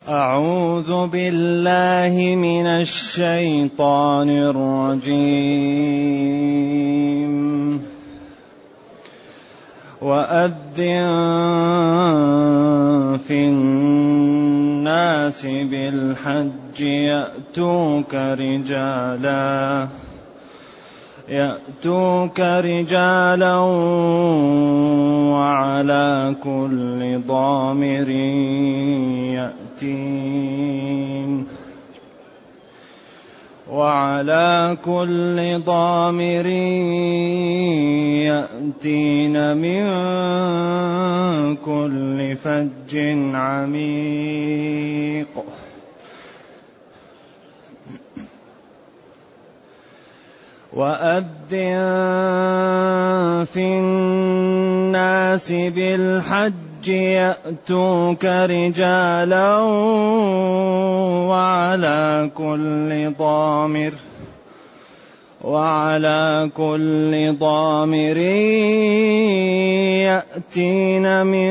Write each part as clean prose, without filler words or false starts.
أعوذ بالله من الشيطان الرجيم. وأذن في الناس بالحج يأتوك رجالا وعلى كل ضامر يأتين من كل فج عميق. وأذن في الناس بالحج يأتوك رجالا وعلى كل ضامر يأتين من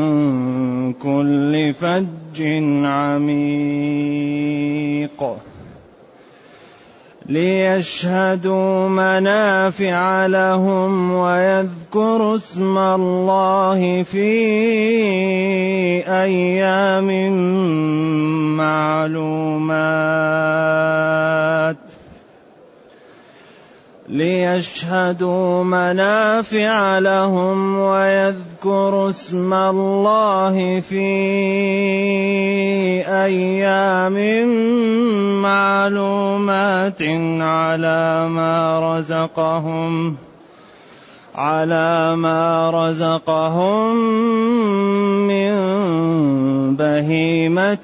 كل فج عميق ليشهدوا منافع لهم ويذكروا اسم الله في أيام معلومات على ما رزقهم من بهيمة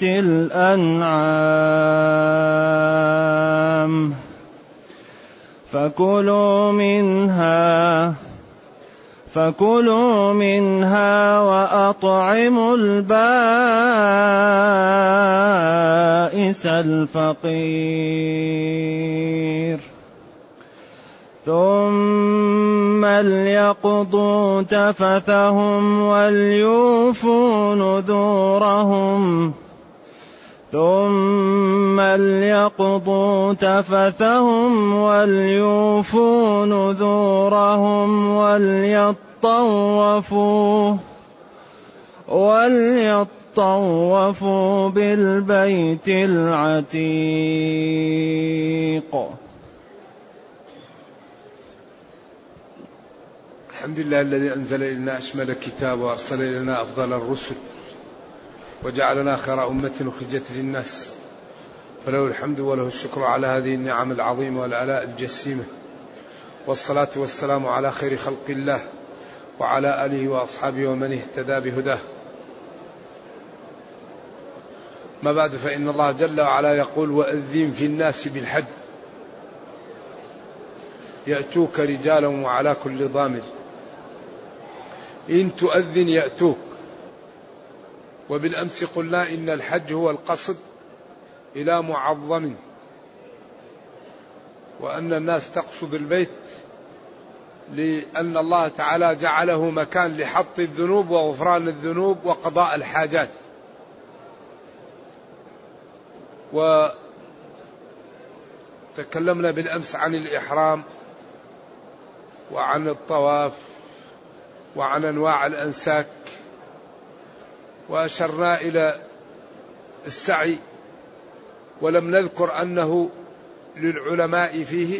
الأنعام فكلوا منها وأطعموا البائس الفقير ثم ليقضوا تفثهم وليوفوا نذورهم وليطوفوا بالبيت العتيق. الحمد لله الذي أنزل إلينا أشمل الكتاب وأرسل إلينا أفضل الرسل وجعلنا خير أمة أخرجت للناس، فله الحمد وله الشكر على هذه النعم العظيمة والآلاء الجسيمة، والصلاة والسلام على خير خلق الله وعلى آله وأصحابه ومن اهتدى بهداه. ما بعد، فإن الله جل وعلا يقول: وأذن في الناس بالحج يأتوك رجالا وعلى كل ضامر. إن تؤذن يأتوك. وبالأمس قلنا إن الحج هو القصد إلى معظم، وأن الناس تقصد البيت لأن الله تعالى جعله مكان لحط الذنوب وغفران الذنوب وقضاء الحاجات. وتكلمنا بالأمس عن الإحرام وعن الطواف وعن أنواع الأنساك، وأشرنا إلى السعي، ولم نذكر أنه للعلماء فيه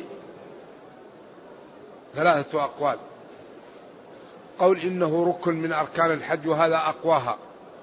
3 أقوال. قول إنه ركن من أركان الحج وهذا أقواها،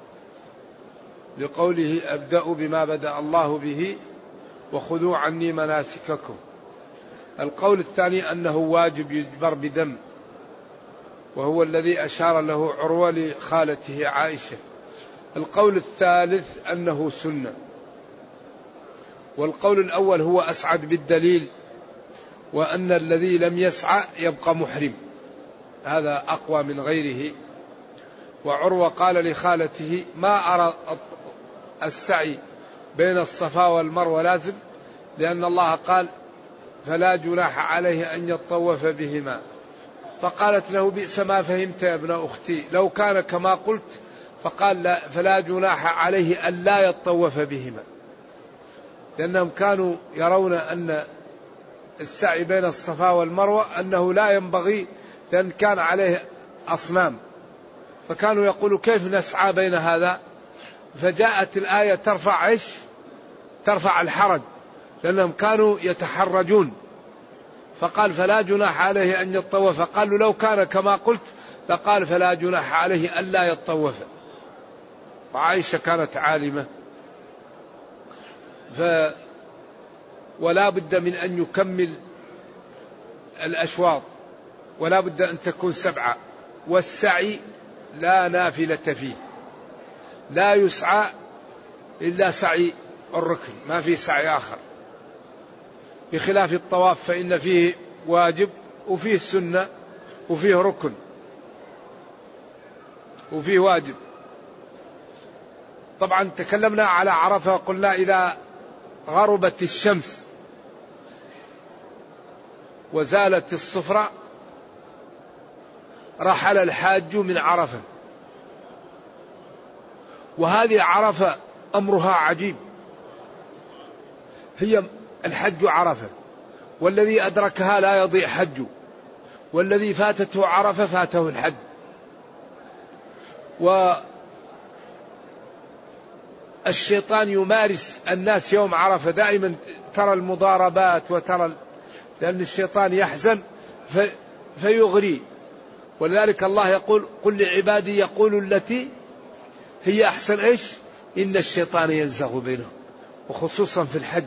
لقوله: أبدأ بما بدأ الله به وخذوا عني مناسككم. القول الثاني أنه واجب يجبر بدم، وهو الذي أشار له عروة لخالته عائشة. القول الثالث أنه سنة، والقول الأول هو أسعد بالدليل، وأن الذي لم يسعى يبقى محرم، هذا أقوى من غيره. وعروة قال لخالته: ما أرى السعي بين الصفا والمروة لازم، لأن الله قال: فلا جناح عليه أن يطوف بهما. فقالت له: بئس ما فهمت يا ابن أختي، لو كان كما قلت فقال لا فلا جناح عليه أن لا يطوف بهما، لأنهم كانوا يرون أن السعي بين الصفا والمروة أنه لا ينبغي، لأن كان عليه أصنام، فكانوا يقولوا كيف نسعى بين هذا؟ فجاءت الآية ترفع الحرج، لأنهم كانوا يتحرجون، فقال فلا جناح عليه أن يطوف. قالوا لو كان كما قلت لقال فلا جناح عليه ألا يطوف. وعائشة كانت عالمة، ولا بد من أن يكمل الأشواط، ولا بد أن تكون 7، والسعي لا نافلة فيه، لا يسعى إلا سعي الركن، ما في سعي آخر، بخلاف الطواف فإن فيه واجب وفيه سنة وفيه ركن وفيه واجب. طبعا تكلمنا على عرفة، قلنا إذا غربت الشمس وزالت الصفرة رحل الحاج من عرفة، وهذه عرفة أمرها عجيب، هي الحج عرفة، والذي أدركها لا يضيع حجه، والذي فاتته عرفة فاته الحج. والشيطان يمارس الناس يوم عرفة، دائما ترى المضاربات لأن الشيطان يحزن فيغري، ولذلك الله يقول قل لعبادي يقولوا التي هي أحسن إن الشيطان ينزغ بينهم، وخصوصا في الحج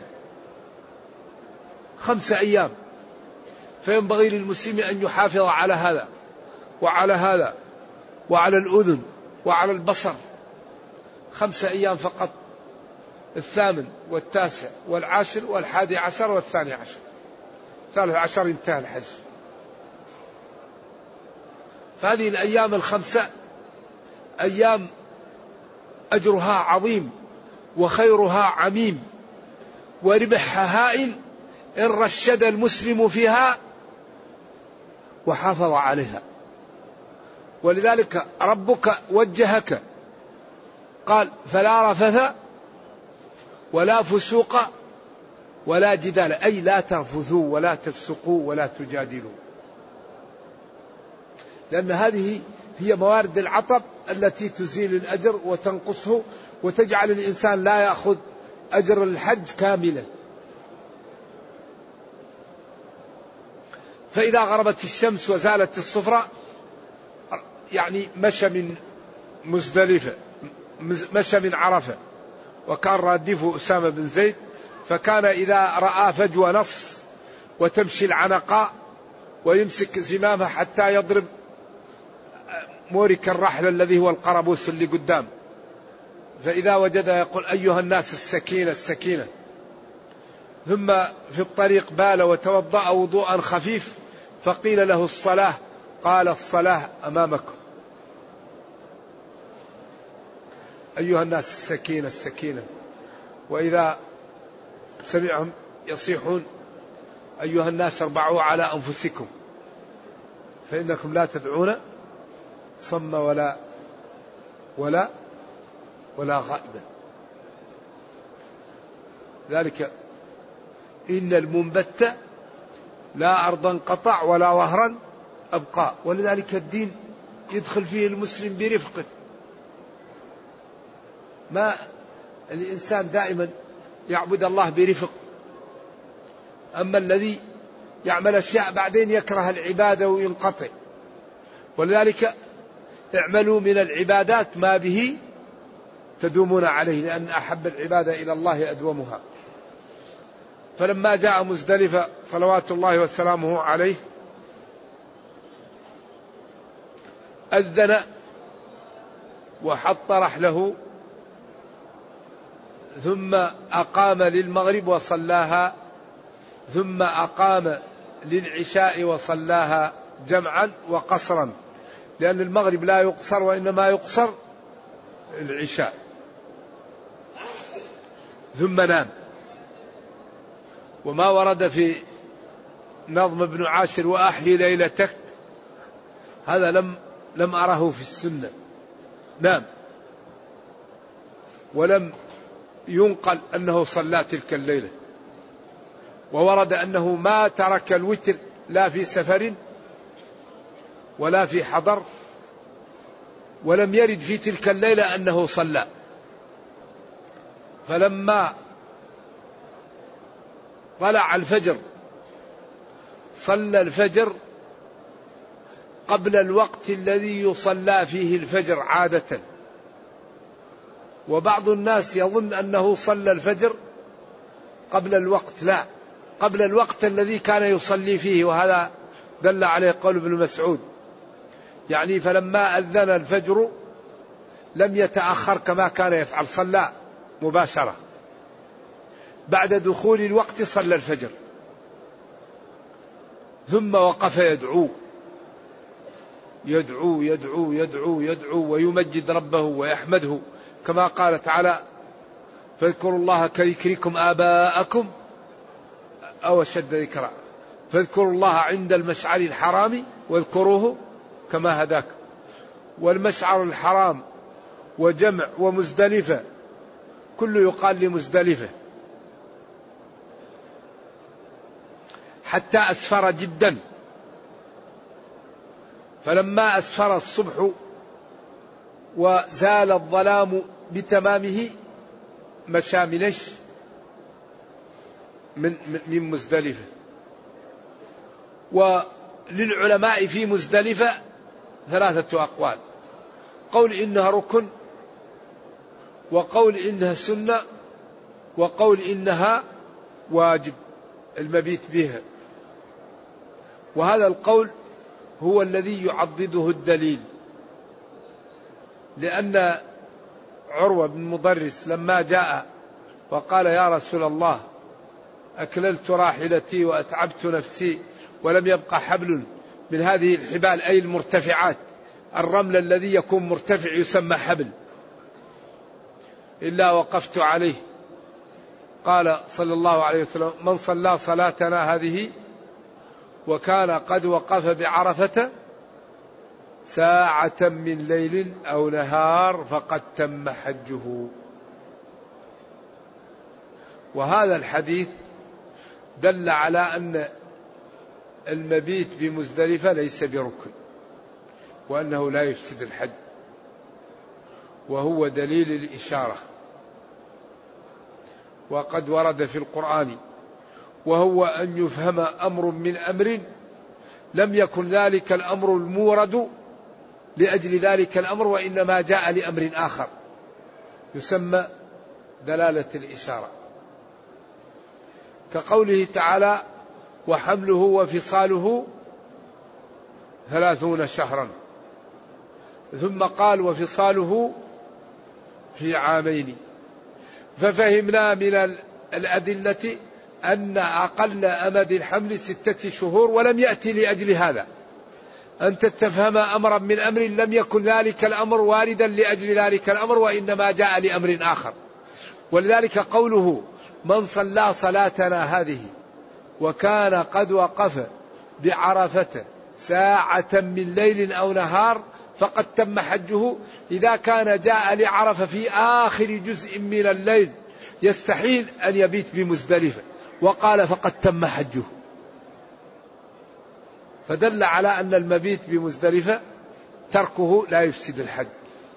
5 أيام، فينبغي للمسلم أن يحافظ على هذا وعلى هذا وعلى الأذن وعلى البصر. 5 أيام فقط، 8 و9 و10 و11 و12، 13 انتهى الحج. فهذه الأيام 5 أيام أجرها عظيم وخيرها عميم وربحها هائل إن رشد المسلم فيها وحافظ عليها. ولذلك ربك وجهك قال فلا رفث ولا فسوق ولا جدال، أي لا ترفثوا ولا تفسقوا ولا تجادلوا، لأن هذه هي موارد العطب التي تزيل الأجر وتنقصه وتجعل الإنسان لا يأخذ أجر الحج كاملا. فإذا غربت الشمس وزالت الصفرة يعني مشى من مزدلفة، مشى من عرفة، وكان رادفه أسامة بن زيد، فكان إذا رأى فجوة نص وتمشي العنقاء ويمسك زمامه حتى يضرب مورك الرحل الذي هو القربوس اللي قدام، فإذا وجد يقول أيها الناس السكينة السكينة، ثم في الطريق بال وتوضأ وضوءا خفيف، فقيل له الصلاة، قال الصلاة أمامكم. أيها الناس السكينة السكينة. وإذا سمعهم يصيحون أيها الناس اربعوا على أنفسكم فإنكم لا تدعون صم ولا غائبا. ذلك إن المنبت لا أرضا قطع ولا وهرا أبقى. ولذلك الدين يدخل فيه المسلم برفقه، ما الإنسان دائما يعبد الله برفق، أما الذي يعمل أشياء بعدين يكره العبادة وينقطع. ولذلك اعملوا من العبادات ما به تدومون عليه، لأن أحب العبادة إلى الله أدومها. فلما جاء مزدلفة صلوات الله وسلامه عليه أذن وحط رحله، ثم أقام للمغرب وصلاها، ثم أقام للعشاء وصلاها جمعا وقصرا، لأن المغرب لا يقصر وإنما يقصر العشاء، ثم نام. وما ورد في نظم بن عاشر وأحيي ليلتك هذا لم أره في السنة. نام ولم ينقل أنه صلى تلك الليلة. وورد أنه ما ترك الوتر لا في سفر ولا في حضر، ولم يرد في تلك الليلة أنه صلى. فلما طلع الفجر صلى الفجر قبل الوقت الذي يصلى فيه الفجر عادة. وبعض الناس يظن أنه صلى الفجر قبل الوقت، لا، قبل الوقت الذي كان يصلي فيه، وهذا دل عليه قول ابن مسعود، يعني فلما أذن الفجر لم يتأخر كما كان يفعل، صلى مباشرة بعد دخول الوقت، صلى الفجر ثم وقف يدعو يدعو يدعو يدعو يدعو ويمجد ربه ويحمده، كما قال تعالى: فاذكروا الله كذكركم آباءكم أو أشد ذكرا، فاذكروا الله عند المشعر الحرام واذكروه كما هداكم. والمشعر الحرام وجمع ومزدلفة كله يقال لمزدلفة، حتى أسفر جدا. فلما أسفر الصبح وزال الظلام بتمامه مشى من مزدلفة. وللعلماء في مزدلفة 3 أقوال: قول إنها ركن، وقول إنها سنة، وقول إنها واجب المبيت بها. وهذا القول هو الذي يعضده الدليل، لأن عروة بن مضرس لما جاء وقال: يا رسول الله، أكللت راحلتي وأتعبت نفسي ولم يبقى حبل من هذه الحبال، أي المرتفعات، الرمل الذي يكون مرتفع يسمى حبل، إلا وقفت عليه. قال صلى الله عليه وسلم: من صلى صلاتنا هذه وكان قد وقف بعرفة ساعة من ليل أو نهار فقد تم حجه. وهذا الحديث دل على أن المبيت بمزدلفة ليس بركن، وأنه لا يفسد الحج، وهو دليل الإشارة. وقد ورد في القرآن: وهو أن يفهم أمر من أمر لم يكن ذلك الأمر المورد لأجل ذلك الأمر، وإنما جاء لأمر آخر، يسمى دلالة الإشارة. كقوله تعالى: وحمله وفصاله 30 شهرا، ثم قال: وفصاله في عامين. ففهمنا من الأدلة أن أقل أمد الحمل 6 شهور، ولم يأتي لأجل هذا. أنت تفهم أمرا من أمر لم يكن ذلك الأمر واردا لأجل ذلك الأمر، وإنما جاء لأمر آخر. ولذلك قوله: من صلى صلاتنا هذه وكان قد وقف بعرفة ساعة من ليل أو نهار فقد تم حجه. إذا كان جاء لعرفة في آخر جزء من الليل يستحيل أن يبيت بمزدلفة، وقال فقد تم حجه، فدل على أن المبيت بمزدلفة تركه لا يفسد الحج.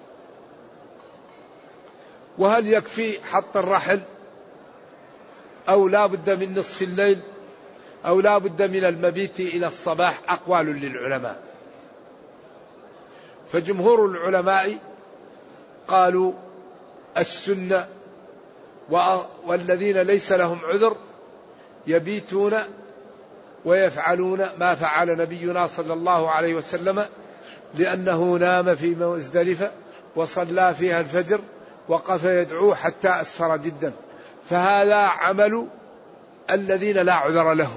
وهل يكفي حط الرحل، أو لا بد من نصف الليل، أو لا بد من المبيت إلى الصباح؟ أقوال للعلماء. فجمهور العلماء قالوا السنة، والذين ليس لهم عذر يبيتون ويفعلون ما فعل نبينا صلى الله عليه وسلم، لأنه نام في مزدلفة وصلى فيها الفجر، وقف يدعو حتى أسفر جدا. فهذا عمل الذين لا عذر لهم.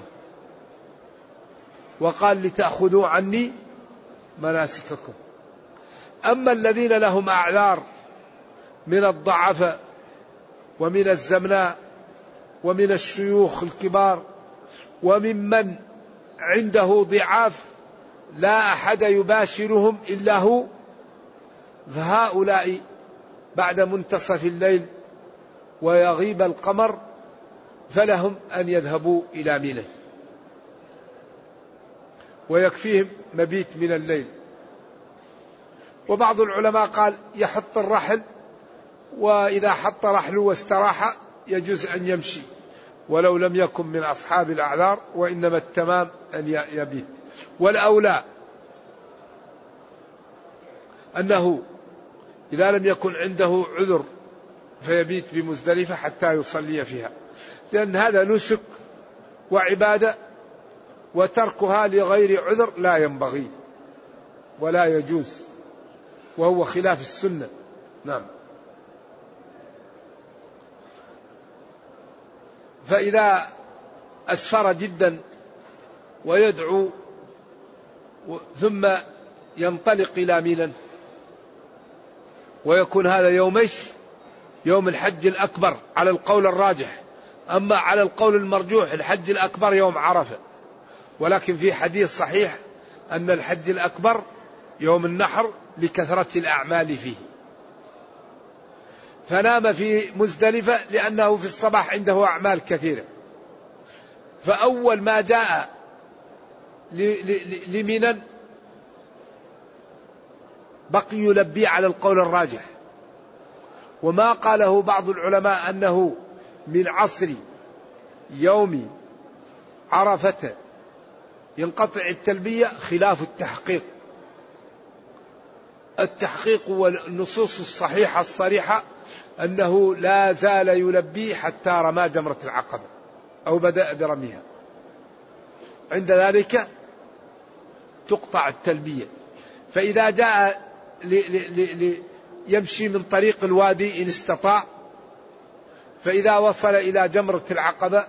وقال: لتأخذوا عني مناسككم. أما الذين لهم أعذار من الضعفاء ومن الزمناء ومن الشيوخ الكبار وممن عنده ضعاف لا أحد يباشرهم إلا هو، فهؤلاء بعد منتصف الليل ويغيب القمر فلهم أن يذهبوا إلى منى، ويكفيهم مبيت من الليل. وبعض العلماء قال يحط الرحل، وإذا حط رحله واستراح يجوز أن يمشي ولو لم يكن من أصحاب الأعذار، وإنما التمام أن يبيت. والأولى أنه إذا لم يكن عنده عذر فيبيت بمزدلفة حتى يصلي فيها، لأن هذا نسك وعبادة، وتركها لغير عذر لا ينبغي ولا يجوز، وهو خلاف السنة. نعم. فإذا أسفر جدا ويدعو ثم ينطلق إلى منى، ويكون هذا يوم الحج الأكبر على القول الراجح. أما على القول المرجوح الحج الأكبر يوم عرفة، ولكن في حديث صحيح أن الحج الأكبر يوم النحر لكثرة الأعمال فيه. فنام في مزدلفة لأنه في الصباح عنده أعمال كثيرة، فأول ما جاء لمنى بقي يلبي على القول الراجح. وما قاله بعض العلماء أنه من عصر يوم عرفة ينقطع التلبية خلاف التحقيق. التحقيق والنصوص الصحيحة الصريحة أنه لا زال يلبي حتى رمى جمرة العقبة أو بدأ برميها، عند ذلك تقطع التلبية. فإذا جاء يمشي من طريق الوادي إن استطاع، فإذا وصل إلى جمرة العقبة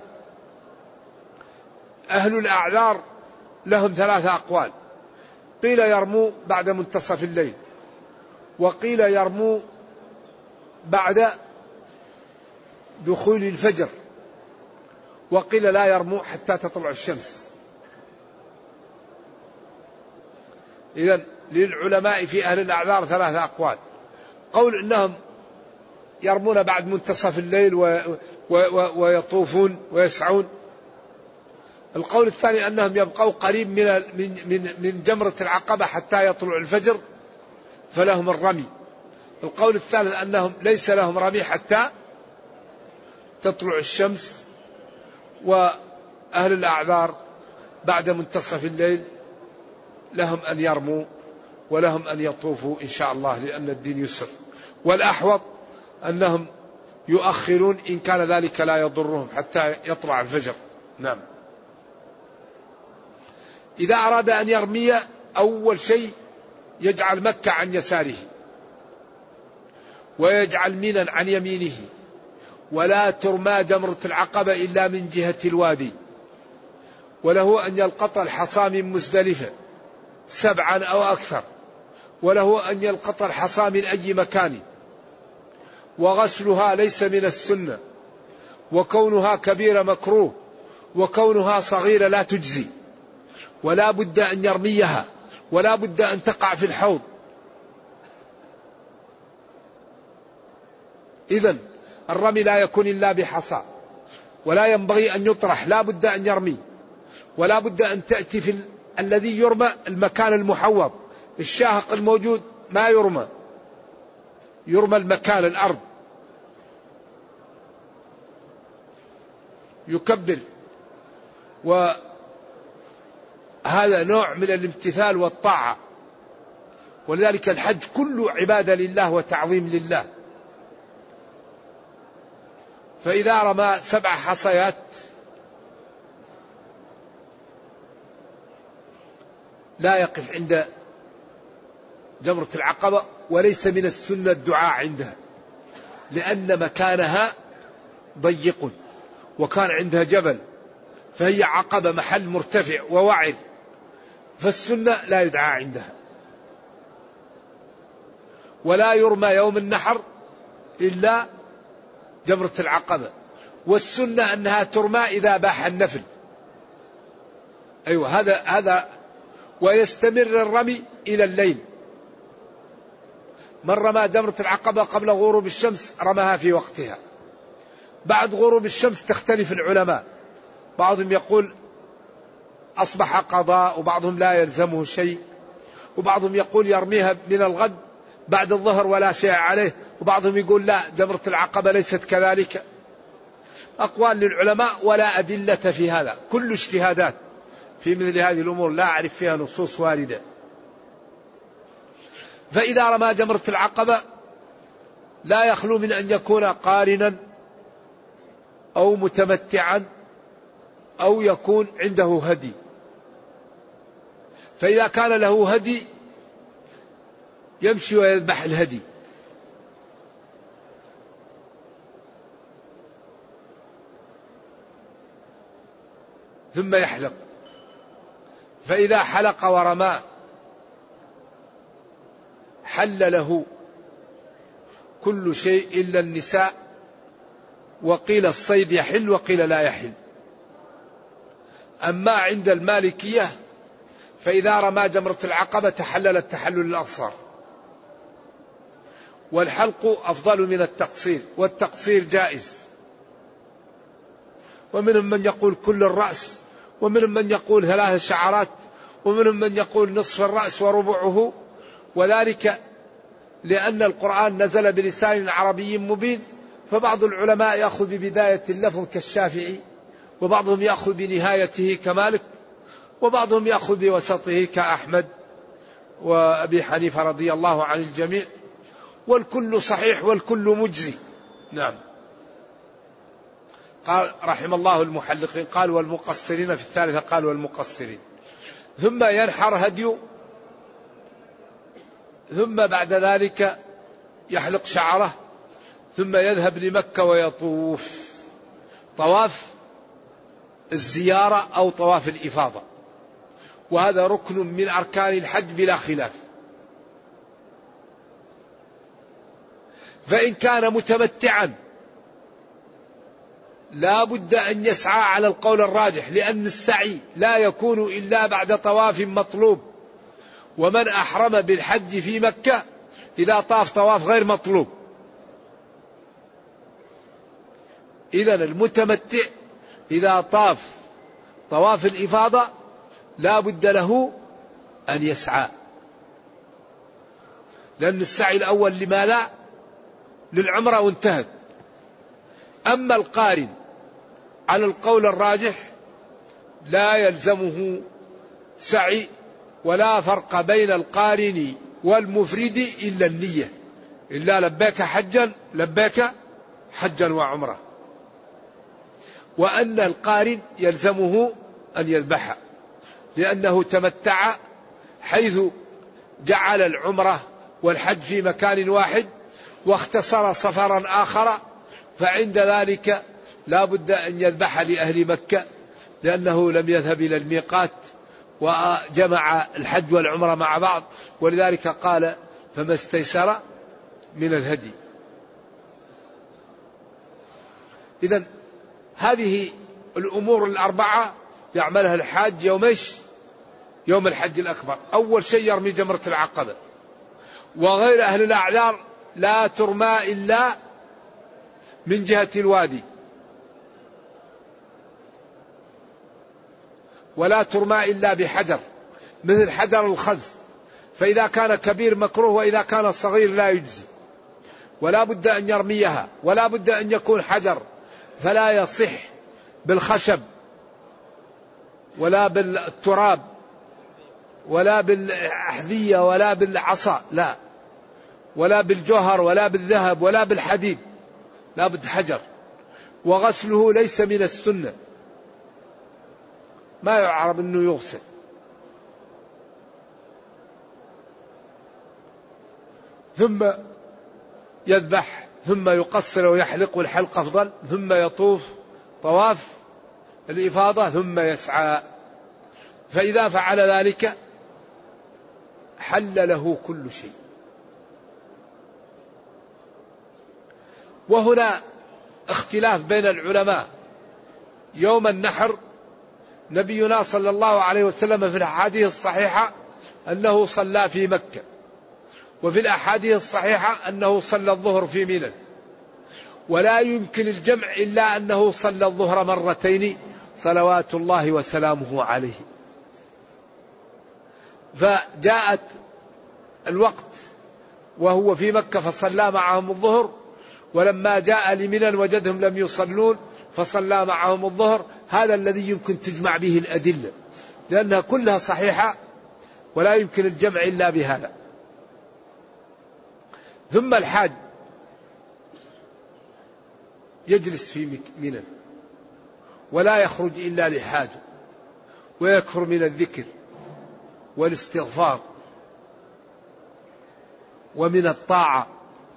أهل الأعذار لهم 3 أقوال: قيل يرموا بعد منتصف الليل، وقيل يرموا بعد دخول الفجر، وقيل لا يرموا حتى تطلع الشمس. إذن للعلماء في أهل الأعذار 3 أقوال: قول إنهم يرمون بعد منتصف الليل ويطوفون ويسعون. القول الثاني أنهم يبقوا قريب من جمرة العقبة حتى يطلع الفجر فلهم الرمي. القول الثالث أنهم ليس لهم رمي حتى تطلع الشمس. وأهل الأعذار بعد منتصف الليل لهم أن يرموا ولهم أن يطوفوا إن شاء الله، لأن الدين يسر. والأحوط أنهم يؤخرون إن كان ذلك لا يضرهم حتى يطلع الفجر. نعم. إذا أراد أن يرمي أول شيء يجعل مكة عن يساره، ويجعل منى عن يمينه، ولا ترمى جمرة العقبة إلا من جهة الوادي، وله أن يلقط الحصى من مزدلفة 7 أو أكثر، وله أن يلقط الحصى من أي مكان. وغسلها ليس من السنة، وكونها كبيرة مكروه، وكونها صغيرة لا تجزي، ولا بد أن يرميها، ولا بد أن تقع في الحوض. إذن الرمي لا يكون إلا بحصى، ولا ينبغي أن يطرح، لا بد أن يرمي، ولا بد أن تأتي في الذي يرمى المكان المحوط. الشاهق الموجود ما يرمى، يرمى المكان الأرض. يكبر، وهذا نوع من الامتثال والطاعة. ولذلك الحج كله عبادة لله وتعظيم لله. فإذا رمى 7 حصيات لا يقف عند جمرة العقبة، وليس من السنة الدعاء عندها، لأن مكانها ضيق وكان عندها جبل، فهي عقبة محل مرتفع ووعر، فالسنة لا يدعى عندها. ولا يرمى يوم النحر إلا جمرة العقبة، والسنة أنها ترمى إذا باح النفل. أيوة هذا ويستمر الرمي إلى الليل. من رمى جمرة العقبة قبل غروب الشمس رماها في وقتها. بعد غروب الشمس تختلف العلماء، بعضهم يقول أصبح قضاء، وبعضهم لا يلزمه شيء، وبعضهم يقول يرميها من الغد بعد الظهر ولا شيء عليه، وبعضهم يقول لا، جمرة العقبة ليست كذلك. أقوال للعلماء ولا أدلة في هذا، كل اجتهادات في مثل هذه الأمور لا أعرف فيها نصوص واردة. فإذا رمى جمرة العقبة لا يخلو من أن يكون قارنا أو متمتعا أو يكون عنده هدي. فإذا كان له هدي يمشي ويذبح الهدي، ثم يحلق. فإذا حلق ورمى حل له كل شيء إلا النساء، وقيل الصيد يحل وقيل لا يحل. أما عند المالكية فإذا رمى جمرة العقبة تحلل التحلل الأصغر، والحلق أفضل من التقصير، والتقصير جائز. ومنهم من يقول كل الرأس، ومنهم من يقول 3 شعرات، ومنهم من يقول نصف الرأس وربعه، وذلك لأن القرآن نزل بلسان عربي مبين، فبعض العلماء يأخذ ببداية اللفظ كالشافعي، وبعضهم يأخذ بنهايته كمالك، وبعضهم يأخذ بوسطه كأحمد وأبي حنيفة رضي الله عن الجميع، والكل صحيح والكل مجزي. نعم. قال رحم الله المحلقين، قال والمقصرين، في الثالثة قال والمقصرين. ثم ينحر هديه، ثم بعد ذلك يحلق شعره، ثم يذهب لمكة ويطوف طواف الزيارة أو طواف الإفاضة، وهذا ركن من أركان الحج بلا خلاف. فإن كان متمتعا لا بد أن يسعى على القول الراجح، لأن السعي لا يكون إلا بعد طواف مطلوب، ومن أحرم بالحج في مكة إذا طاف طواف غير مطلوب. إذن المتمتع إذا طاف طواف الإفاضة لا بد له أن يسعى، لأن السعي الأول لما لا للعمرة وانتهت. أما القارن على القول الراجح لا يلزمه سعي، ولا فرق بين القارن والمفرد إلا النية، إلا لبيك حجا لبيك حجا وعمرة. وأن القارن يلزمه أن يذبح، لأنه تمتع حيث جعل العمرة والحج في مكان واحد واختصر سفرا آخر، فعند ذلك لا بد أن يذبح لأهل مكة، لأنه لم يذهب إلى الميقات وجمع الحج والعمرة مع بعض، ولذلك قال فما استيسر من الهدي. إذن هذه الأمور الأربعة يعملها الحاج يوم الحج الأكبر. أول شيء يرمي جمرة العقبة، وغير أهل الأعذار لا ترمى إلا من جهة الوادي، ولا ترمى إلا بحجر مثل حجر الخذف، فإذا كان كبير مكروه، وإذا كان صغير لا يجزي. ولا بد أن يرميها، ولا بد أن يكون حجر، فلا يصح بالخشب ولا بالتراب ولا بالأحذية ولا بالعصا، لا، ولا بالجوهر ولا بالذهب ولا بالحديد، لا بد حجر. وغسله ليس من السنة، ما يعرف أنه يغسل. ثم يذبح، ثم يقصر ويحلق، والحلق أفضل، ثم يطوف طواف الإفاضة، ثم يسعى. فإذا فعل ذلك حل له كل شيء. وهنا اختلاف بين العلماء. يوم النحر نبينا صلى الله عليه وسلم في الأحاديث الصحيحة أنه صلى في مكة، وفي الأحاديث الصحيحة أنه صلى الظهر في منى، ولا يمكن الجمع إلا أنه صلى الظهر مرتين صلوات الله وسلامه عليه. فجاءت الوقت وهو في مكة فصلى معهم الظهر، ولما جاء لمنى وجدهم لم يصلون فصلى معهم الظهر. هذا الذي يمكن تجمع به الأدلة، لأنها كلها صحيحة ولا يمكن الجمع إلا بهذا. ثم الحاج يجلس في منى ولا يخرج إلا لحاجة، ويكثر من الذكر والاستغفار ومن الطاعة.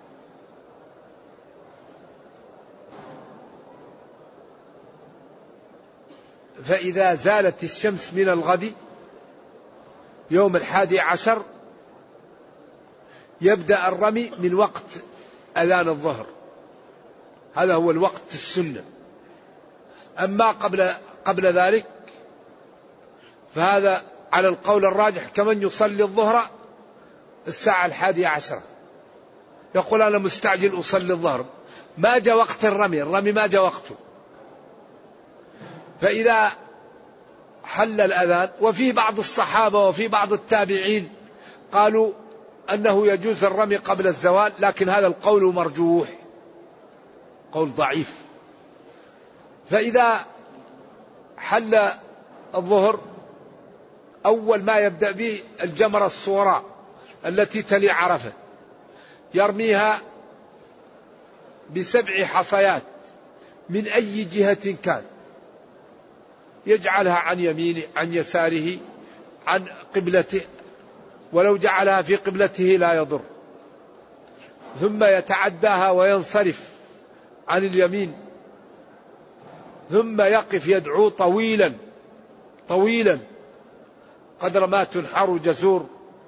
فإذا زالت الشمس من الغد يوم 11 يبدأ الرمي من وقت أذان الظهر، هذا هو الوقت السنة. أما قبل ذلك فهذا على القول الراجح كمن يصلي الظهر الساعة 11، يقول أنا مستعجل أصلي الظهر، ما جاء وقت الرمي ما جاء وقته. فإذا حل الأذان، وفي بعض الصحابة وفي بعض التابعين قالوا أنه يجوز الرمي قبل الزوال، لكن هذا القول مرجوح، قول ضعيف. فإذا حل الظهر أول ما يبدأ به الجمرة الصغرى التي تلي عرفة، يرميها ب7 حصيات من أي جهة كان، يجعلها عن يمينه عن يساره عن قبلته، ولو جعلها في قبلته لا يضر. ثم يتعداها وينصرف عن اليمين، ثم يقف يدعو طويلا طويلا قدر ما تنحر جزور،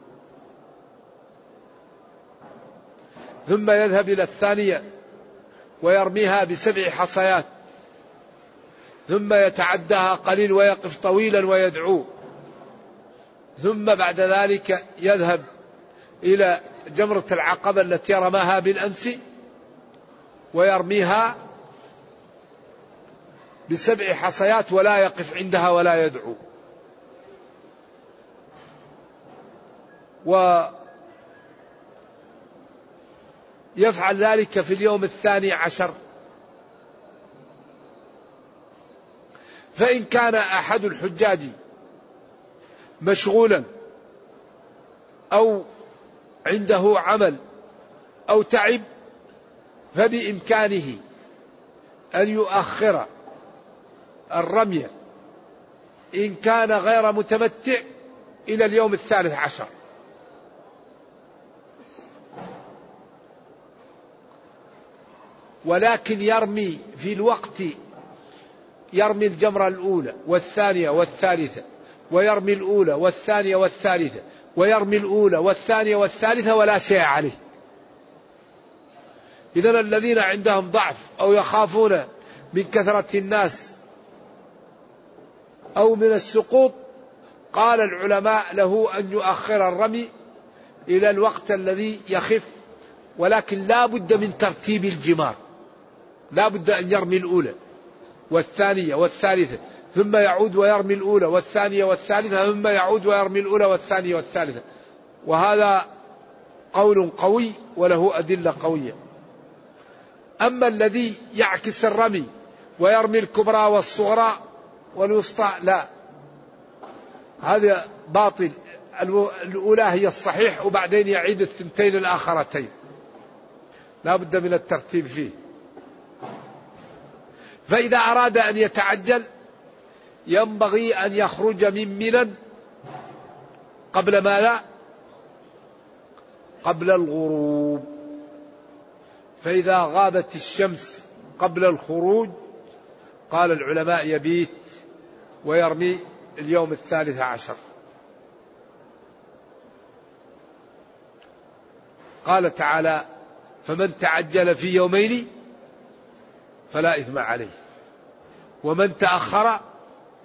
ثم يذهب إلى الثانية ويرميها ب7 حصيات، ثم يتعداها قليل ويقف طويلا ويدعو، ثم بعد ذلك يذهب إلى جمرة العقبة التي رماها بالأمس ويرميها ب7 حصيات ولا يقف عندها ولا يدعو. ويفعل ذلك في اليوم 12. فإن كان أحد الحجاج مشغولا أو عنده عمل أو تعب فبإمكانه أن يؤخر الرمي إن كان غير متمتع إلى اليوم 13، ولكن يرمي في الوقت، يرمي الجمرة الأولى والثانية والثالثة، ويرمي الأولى والثانية والثالثة، ويرمي الأولى والثانية والثالثة ولا شيء عليه. إذن الذين عندهم ضعف أو يخافون من كثرة الناس أو من السقوط، قال العلماء له أن يؤخر الرمي إلى الوقت الذي يخف، ولكن لا بد من ترتيب الجمار، لا بد أن يرمي الأولى والثانية والثالثة ثم يعود ويرمي الأولى والثانية والثالثة ثم يعود ويرمي الأولى والثانية والثالثة. وهذا قول قوي وله أدلة قوية. أما الذي يعكس الرمي ويرمي الكبرى والصغرى والوسطى لا، هذا باطل. الأولى هي الصحيح وبعدين يعيد الثنتين الآخرتين، لا بد من الترتيب فيه. فإذا أراد أن يتعجل ينبغي أن يخرج من منى قبل ماذا؟ قبل الغروب. فإذا غابت الشمس قبل الخروج قال العلماء يبيت ويرمي اليوم 13. قال تعالى فمن تعجل في يومين فلا إثم عليه ومن تأخر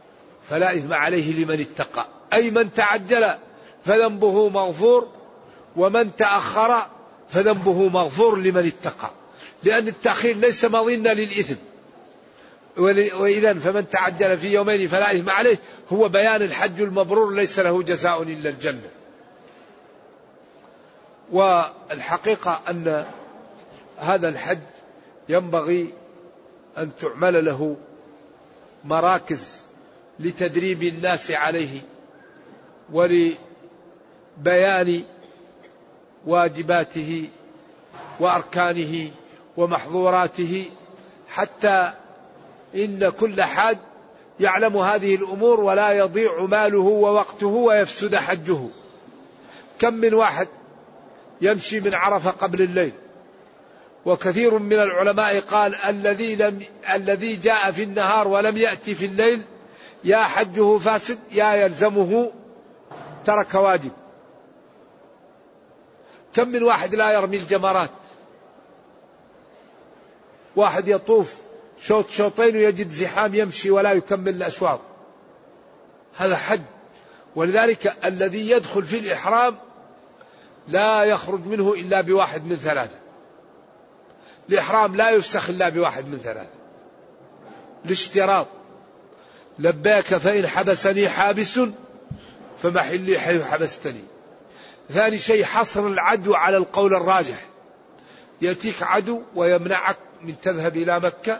فلا إثم عليه لمن اتقى، أي من تعجل فذنبه مغفور ومن تأخر فذنبه مغفور لمن اتقى، لأن التأخير ليس مظنة للإثم. وإذا فمن تعجل في يومين فلا إثم عليه، هو بيان الحج المبرور ليس له جزاء إلا الجنة. والحقيقة أن هذا الحج ينبغي أن تعمل له مراكز لتدريب الناس عليه ولبيان واجباته وأركانه ومحظوراته، حتى إن كل حاج يعلم هذه الأمور ولا يضيع ماله ووقته ويفسد حجه. كم من واحد يمشي من عرفة قبل الليل، وكثير من العلماء قال الذي جاء في النهار ولم يأتي في الليل يا حجه فاسد يا يلزمه ترك واجب. كم من واحد لا يرمي الجمرات، واحد يطوف شوط شوطين ويجد زحام يمشي ولا يكمل الأشواط، هذا حج. ولذلك الذي يدخل في الإحرام لا يخرج منه إلا بواحد من ثلاثة. الإحرام لا يفسخ إلا بواحد من ثلاثة. الاشتراط لبيك فإن حبسني حابس فمحلي حيث حبستني. ثاني شيء حصر العدو على القول الراجح، يأتيك عدو ويمنعك من تذهب إلى مكة،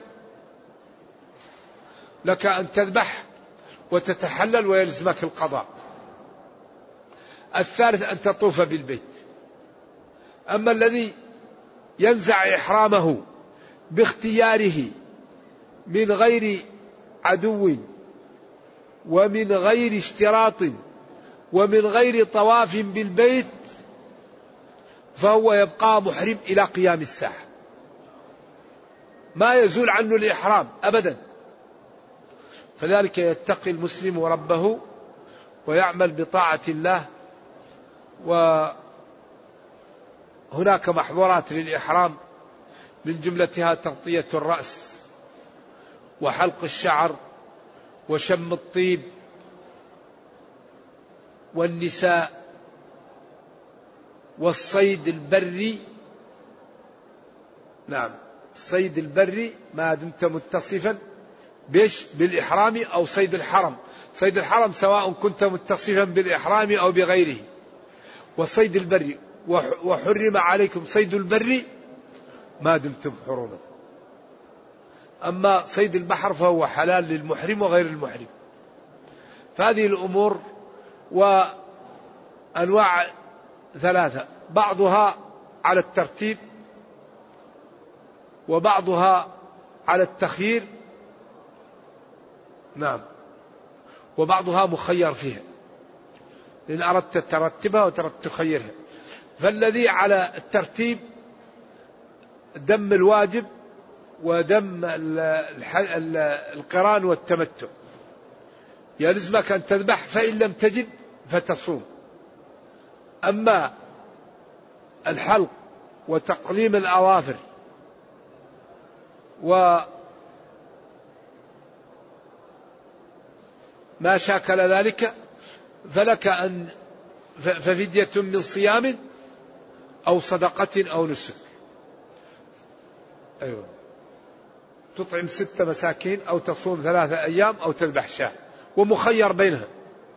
لك أن تذبح وتتحلل ويلزمك القضاء. الثالث أن تطوف بالبيت. أما الذي ينزع إحرامه باختياره من غير عدو ومن غير اشتراط ومن غير طواف بالبيت فهو يبقى محرم إلى قيام الساعة، ما يزول عنه الإحرام أبدا. فذلك يتقي المسلم ربه ويعمل بطاعة الله. وهناك محظورات للإحرام من جملتها تغطية الرأس وحلق الشعر وشم الطيب والنساء والصيد البري. نعم، الصيد البري ما دمت متصفا بالإحرام أو صيد الحرم. صيد الحرم سواء كنت متصفا بالإحرام أو بغيره. والصيد البري وحرم عليكم صيد البري ما دمتم حرما. أما صيد البحر فهو حلال للمحرم وغير المحرم. فهذه الأمور وأنواع ثلاثة، بعضها على الترتيب وبعضها على التخيير، نعم، وبعضها مخير فيها إن أردت ترتبها وتردت تخيرها. فالذي على الترتيب دم الواجب ودم القران والتمتع، يلزمك أن تذبح فإن لم تجد فتصوم. أما الحلق وتقليم الأظافر وما شاكل ذلك فلك أن ففدية من صيام أو صدقة أو نسك. أيوة، تطعم 6 مساكين أو تصوم 3 أيام أو تذبح شاة، ومخير بينها.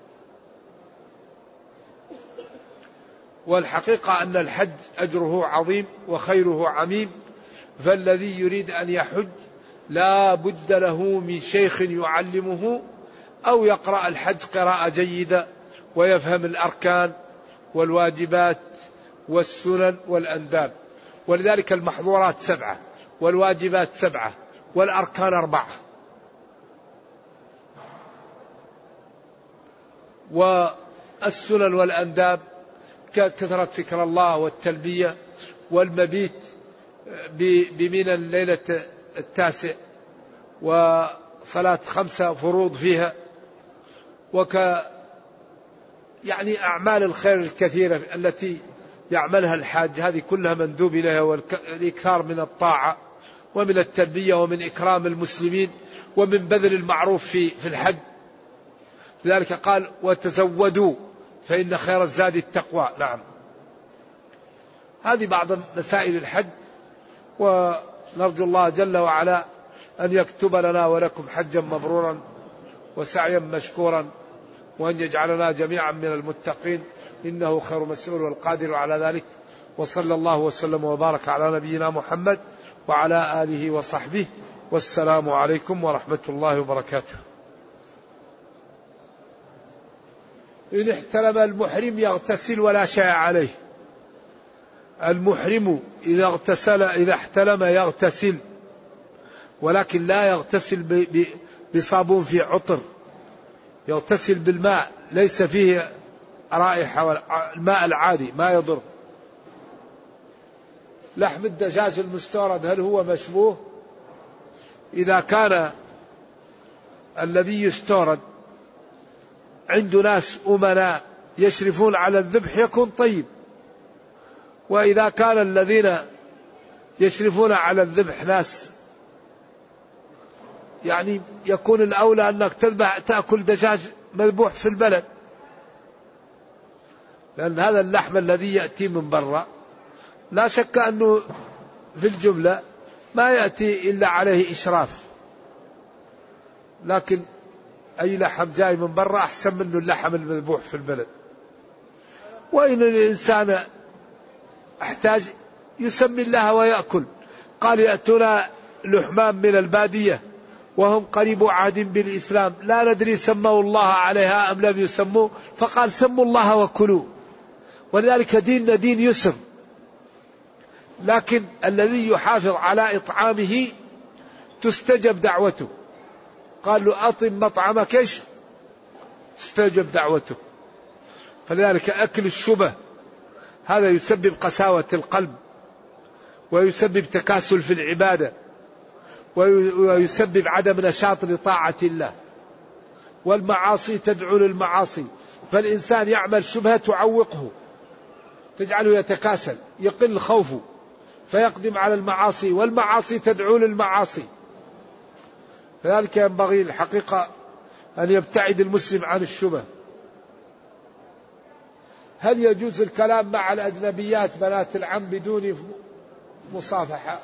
والحقيقة أن الحج أجره عظيم وخيره عميم. فالذي يريد أن يحج لا بد له من شيخ يعلمه أو يقرأ الحج قراءة جيدة ويفهم الأركان والواجبات والسنن والأنداب. ولذلك المحظورات 7 والواجبات 7 والأركان 4. والسنن والأنداب كثرة ذكر الله والتلبية والمبيت بمنى الليلة 9 وصلاة 5 فروض فيها يعني أعمال الخير الكثيرة التي يعملها الحاج، هذه كلها مندوب إليها، والإكثار من الطاعة ومن التلبية ومن إكرام المسلمين ومن بذل المعروف في الحج. لذلك قال وتزودوا فإن خير الزاد التقوى. نعم. هذه بعض مسائل الحج، ونرجو الله جل وعلا أن يكتب لنا ولكم حجا مبرورا وسعيا مشكورا، وأن يجعلنا جميعا من المتقين، إنه خير مسؤول والقادر على ذلك. وصلى الله وسلم وبارك على نبينا محمد وعلى آله وصحبه، والسلام عليكم ورحمة الله وبركاته. إن احتلم المحرم يغتسل ولا شيء عليه. المحرم إذا احتلم يغتسل، ولكن لا يغتسل بصابون في عطر، يغتسل بالماء ليس فيه رائحة، الماء العادي ما يضر. لحم الدجاج المستورد هل هو مشبوه؟ إذا كان الذي يستورد عند ناس أمناء يشرفون على الذبح يكون طيب، وإذا كان الذين يشرفون على الذبح ناس يعني يكون الأولى أنك تأكل دجاج مذبوح في البلد، لأن هذا اللحم الذي يأتي من برا لا شك أنه في الجملة ما يأتي إلا عليه إشراف، لكن أي لحم جاي من برا أحسن منه اللحم المذبوح في البلد. وإن الإنسان احتاج يسمي الله ويأكل. قال يأتون لحمان من البادية وهم قريب عهد بالإسلام لا ندري سموا الله عليها أم لم يسموا، فقال سموا الله وكلوا. ولذلك ديننا دين يسر، لكن الذي يحافظ على إطعامه تستجب دعوته. قال له أطم مطعمك إيش تستجب دعوته. فلذلك أكل الشبه هذا يسبب قساوة القلب، ويسبب تكاسل في العبادة، ويسبب عدم نشاط لطاعة الله، والمعاصي تدعو للمعاصي. فالإنسان يعمل شبهة تعوقه، تجعله يتكاسل، يقل خوفه فيقدم على المعاصي، والمعاصي تدعو للمعاصي. فذلك ينبغي الحقيقة أن يبتعد المسلم عن الشبه. هل يجوز الكلام مع الأجنبيات بنات العم بدون مصافحة؟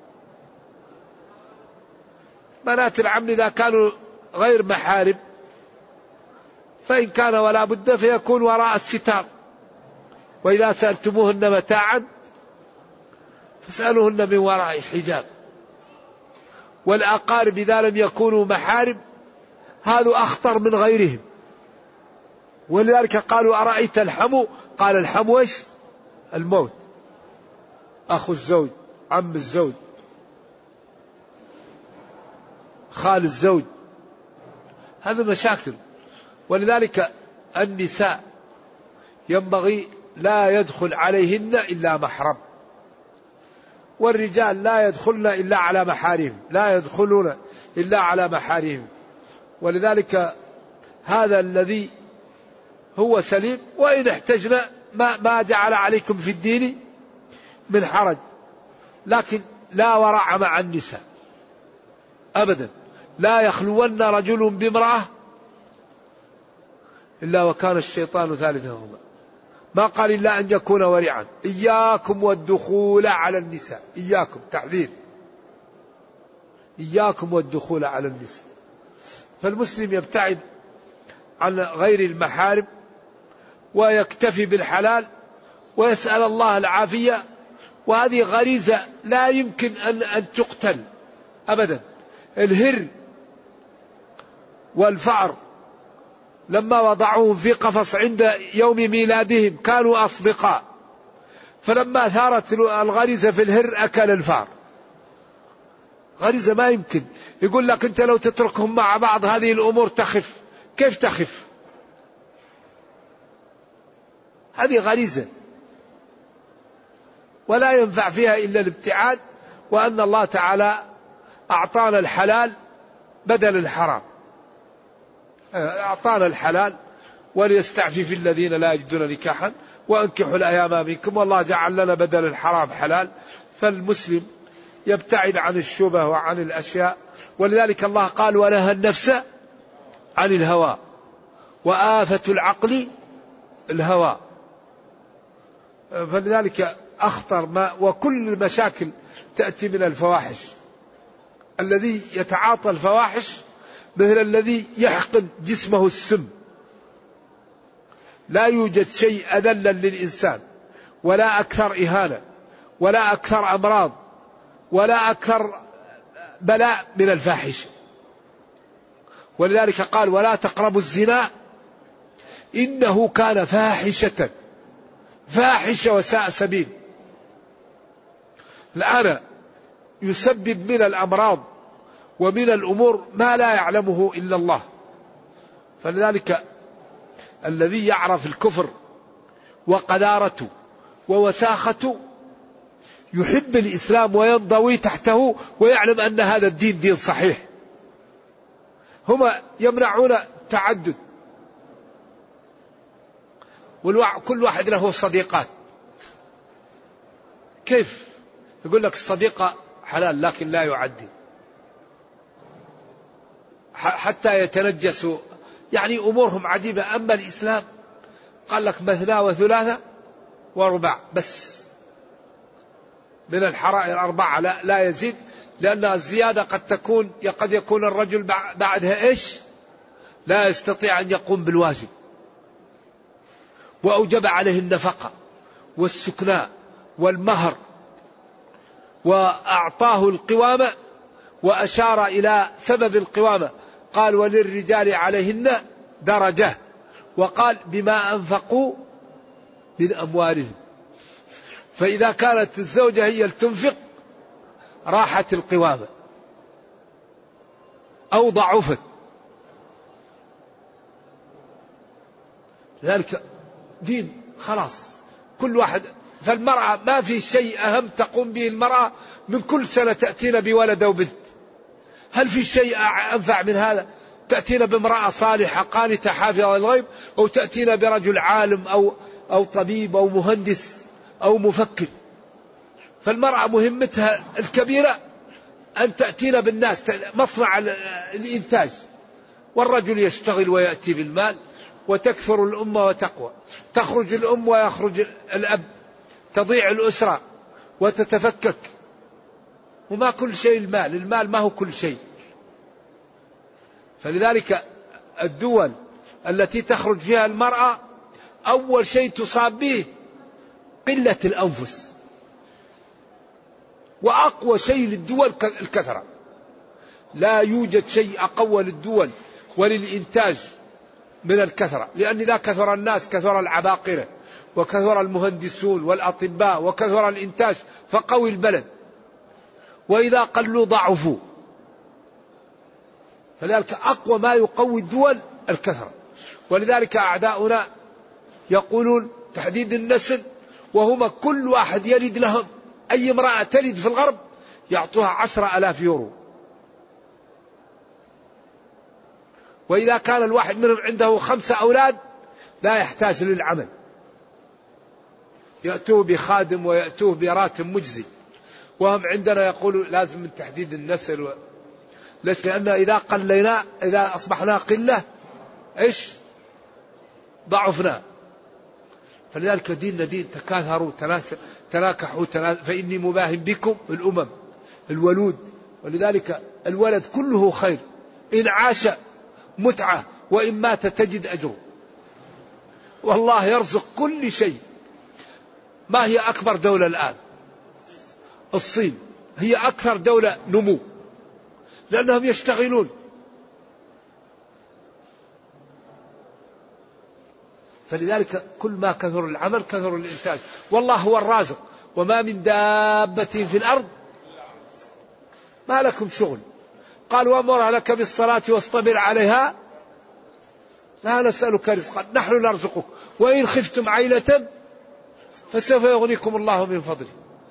بنات العم إذا كانوا غير محارم فإن كان ولا بد فيكون وراء الستار، وإذا سألتموهن متاعا فاسألوهن من وراء حجاب. والأقارب إذا لم يكونوا محارم هذا أخطر من غيرهم، ولذلك قالوا أرأيت الحمو؟ قال الحمو إيش؟ الموت. أخو الزوج، عم الزوج، خال الزوج، هذا مشاكل. ولذلك النساء ينبغي لا يدخل عليهن إلا محرم، والرجال لا يدخلن إلا على محارمهم، لا يدخلون إلا على محارمهم. ولذلك هذا الذي هو سليم. وإن احتجنا ما جعل عليكم في الدين من حرج، لكن لا ورع مع النساء أبدا. لا يخلون رجل بامرأة إلا وكان الشيطان ثالثهما. ما قال إلا أن يكون ورعا. إياكم والدخول على النساء، إياكم تحذير، إياكم والدخول على النساء. فالمسلم يبتعد عن غير المحارم ويكتفي بالحلال ويسأل الله العافية. وهذه غريزة لا يمكن أن تقتل أبدا. الهر والفأر لما وضعوهم في قفص عند يوم ميلادهم كانوا أصدقاء، فلما ثارت الغريزة في الهر أكل الفأر. غريزة ما يمكن. يقول لك أنت لو تتركهم مع بعض هذه الأمور تخف. كيف تخف؟ هذه غريزة ولا ينفع فيها إلا الابتعاد. وأن الله تعالى أعطانا الحلال بدل الحرام، أعطانا الحلال وليستعفف الذين لا يجدون نكاحا وأنكحوا الأيام منكم، والله جعل لنا بدل الحرام حلال. فالمسلم يبتعد عن الشبه وعن الأشياء. ولذلك الله قال ونهى النفس عن الهوى، وآفة العقل الهوى. فلذلك أخطر ما وكل المشاكل تأتي من الفواحش. الذي يتعاطى الفواحش مثل الذي يحقن جسمه السم. لا يوجد شيء أذلا للإنسان ولا أكثر إهانة ولا أكثر أمراض ولا أكثر بلاء من الفاحشة. ولذلك قال ولا تقربوا الزنا إنه كان فاحشة وساء سبيل. الآن يسبب من الأمراض ومن الأمور ما لا يعلمه إلا الله. فلذلك الذي يعرف الكفر وقذارته ووساخته يحب الإسلام وينضوي تحته ويعلم أن هذا الدين دين صحيح. هما يمنعون تعدد، كل واحد له صديقات. كيف؟ يقول لك الصديقة حلال لكن لا يعدي حتى يتنجسوا، يعني أمورهم عجيبة. أما الإسلام قال لك مثنى وثلاثة ورباع بس، من الحرائر أربعة لا يزيد، لأن الزيادة قد يكون الرجل بعدها إيش لا يستطيع أن يقوم بالواجب. وأوجب عليه النفقة والسكناء والمهر، وأعطاه القوامة وأشار إلى سبب القوامة قال وللرجال عليهن درجة، وقال بما أنفقوا من أموالهم. فإذا كانت الزوجة هي تنفق راحت القوامة أو ضعفت. ذلك دين خلاص كل واحد. فالمرأة ما في شيء أهم تقوم به المرأة من كل سنة تأتينا بولد أو بنت. هل في شيء أنفع من هذا؟ تأتينا بامرأة صالحة قانتة حافظة للغيب، أو تأتينا برجل عالم أو طبيب أو مهندس أو مفكر. فالمرأة مهمتها الكبيرة أن تأتينا بالناس، مصنع الإنتاج، والرجل يشتغل ويأتي بالمال، وتكثر الأمة وتقوى. تخرج الأم ويخرج الأب، تضيع الأسرة وتتفكك. وما كل شيء المال ما هو كل شيء. فلذلك الدول التي تخرج فيها المرأة أول شيء تصاب به قلة الأنفس، وأقوى شيء للدول الكثرة. لا يوجد شيء أقوى للدول وللإنتاج من الكثرة، لأن إذا كثر الناس كثر العباقرة وكثر المهندسون والأطباء وكثر الإنتاج فقوي البلد، وإذا قلوا ضعفوا. فلذلك أقوى ما يقوي الدول الكثرة. ولذلك أعداؤنا يقولون تحديد النسل، وهم كل واحد يلد لهم، أي امرأة تلد في الغرب يعطوها 10,000 يورو. وإذا كان الواحد منهم عنده 5 أولاد لا يحتاج للعمل، يأتوه بخادم ويأتوه براتب مجزي. وهم عندنا يقولوا لازم من تحديد النسل ليش؟ لأن إذا قلينا، إذا أصبحنا قلة إيش ضعفنا. فلذلك ديننا دين تكاثروا تناكحوا فإني مباهم بكم الأمم الولود. ولذلك الولد كله خير، إن عاش متعة وإن مات تجد أجره. والله يرزق كل شيء. ما هي أكبر دولة الآن؟ الصين هي أكثر دولة نمو، لأنهم يشتغلون. فلذلك كل ما كثر العمل كثر الإنتاج. والله هو الرازق، وما من دابة في الأرض ما لكم شغل. قال وأمر لك بالصلاة واصطبر عليها لا نسألك رزقا نحن نرزقك وإن خفتم عيلة فسوف يغنيكم الله من فضله.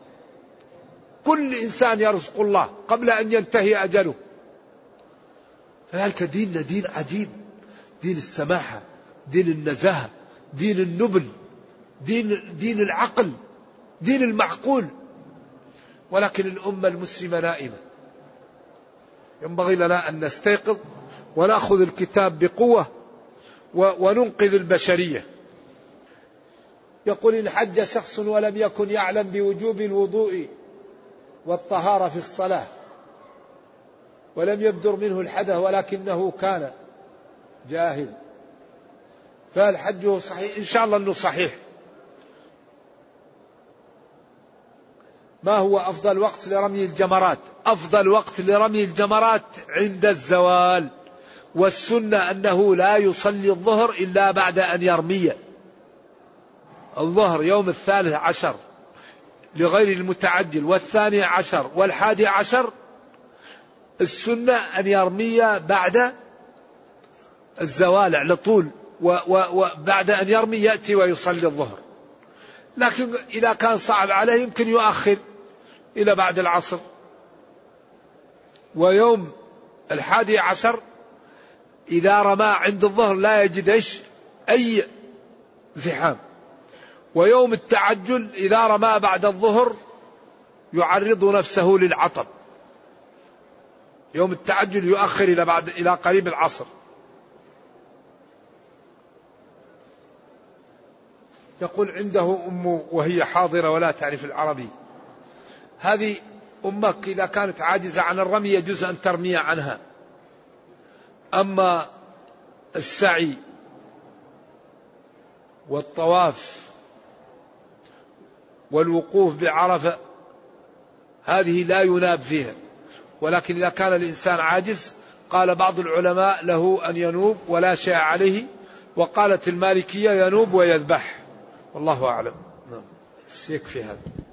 كل إنسان يرزق الله قبل أن ينتهي أجله. فذلك ديننا دين عجيب، دين السماحة، دين النزاهة، دين النبل، دين العقل، دين المعقول. ولكن الأمة المسلمة نائمة. ينبغي لنا أن نستيقظ ونأخذ الكتاب بقوة وننقذ البشرية. يقول إن حج شخص ولم يكن يعلم بوجوب الوضوء والطهارة في الصلاة ولم يبدر منه الحدث ولكنه كان جاهل فهل حجه صحيح؟ إن شاء الله أنه صحيح. ما هو أفضل وقت لرمي الجمرات؟ أفضل وقت لرمي الجمرات عند الزوال، والسنة أنه لا يصلي الظهر إلا بعد أن يرمي. الظهر يوم 13 لغير المتعجل، 12 و11 السنة أن يرمي بعد الزوال على طول، وبعد أن يرمي يأتي ويصلي الظهر. لكن إذا كان صعب عليه يمكن يؤخر إلى بعد العصر. ويوم 11 إذا رمى عند الظهر لا يجد أي زحام. ويوم التعجل إذا رمى بعد الظهر يعرض نفسه للعطب. يوم التعجل يؤخر إلى قريب العصر. يقول عنده أم وهي حاضرة ولا تعرف العربي، هذه أمك إذا كانت عاجزة عن الرمي يجوز أن ترمي عنها. أما السعي والطواف والوقوف بعرفة هذه لا يناب فيها، ولكن إذا كان الإنسان عاجز قال بعض العلماء له أن ينوب ولا شيء عليه، وقالت المالكية ينوب ويذبح، والله أعلم. يكفي هذا.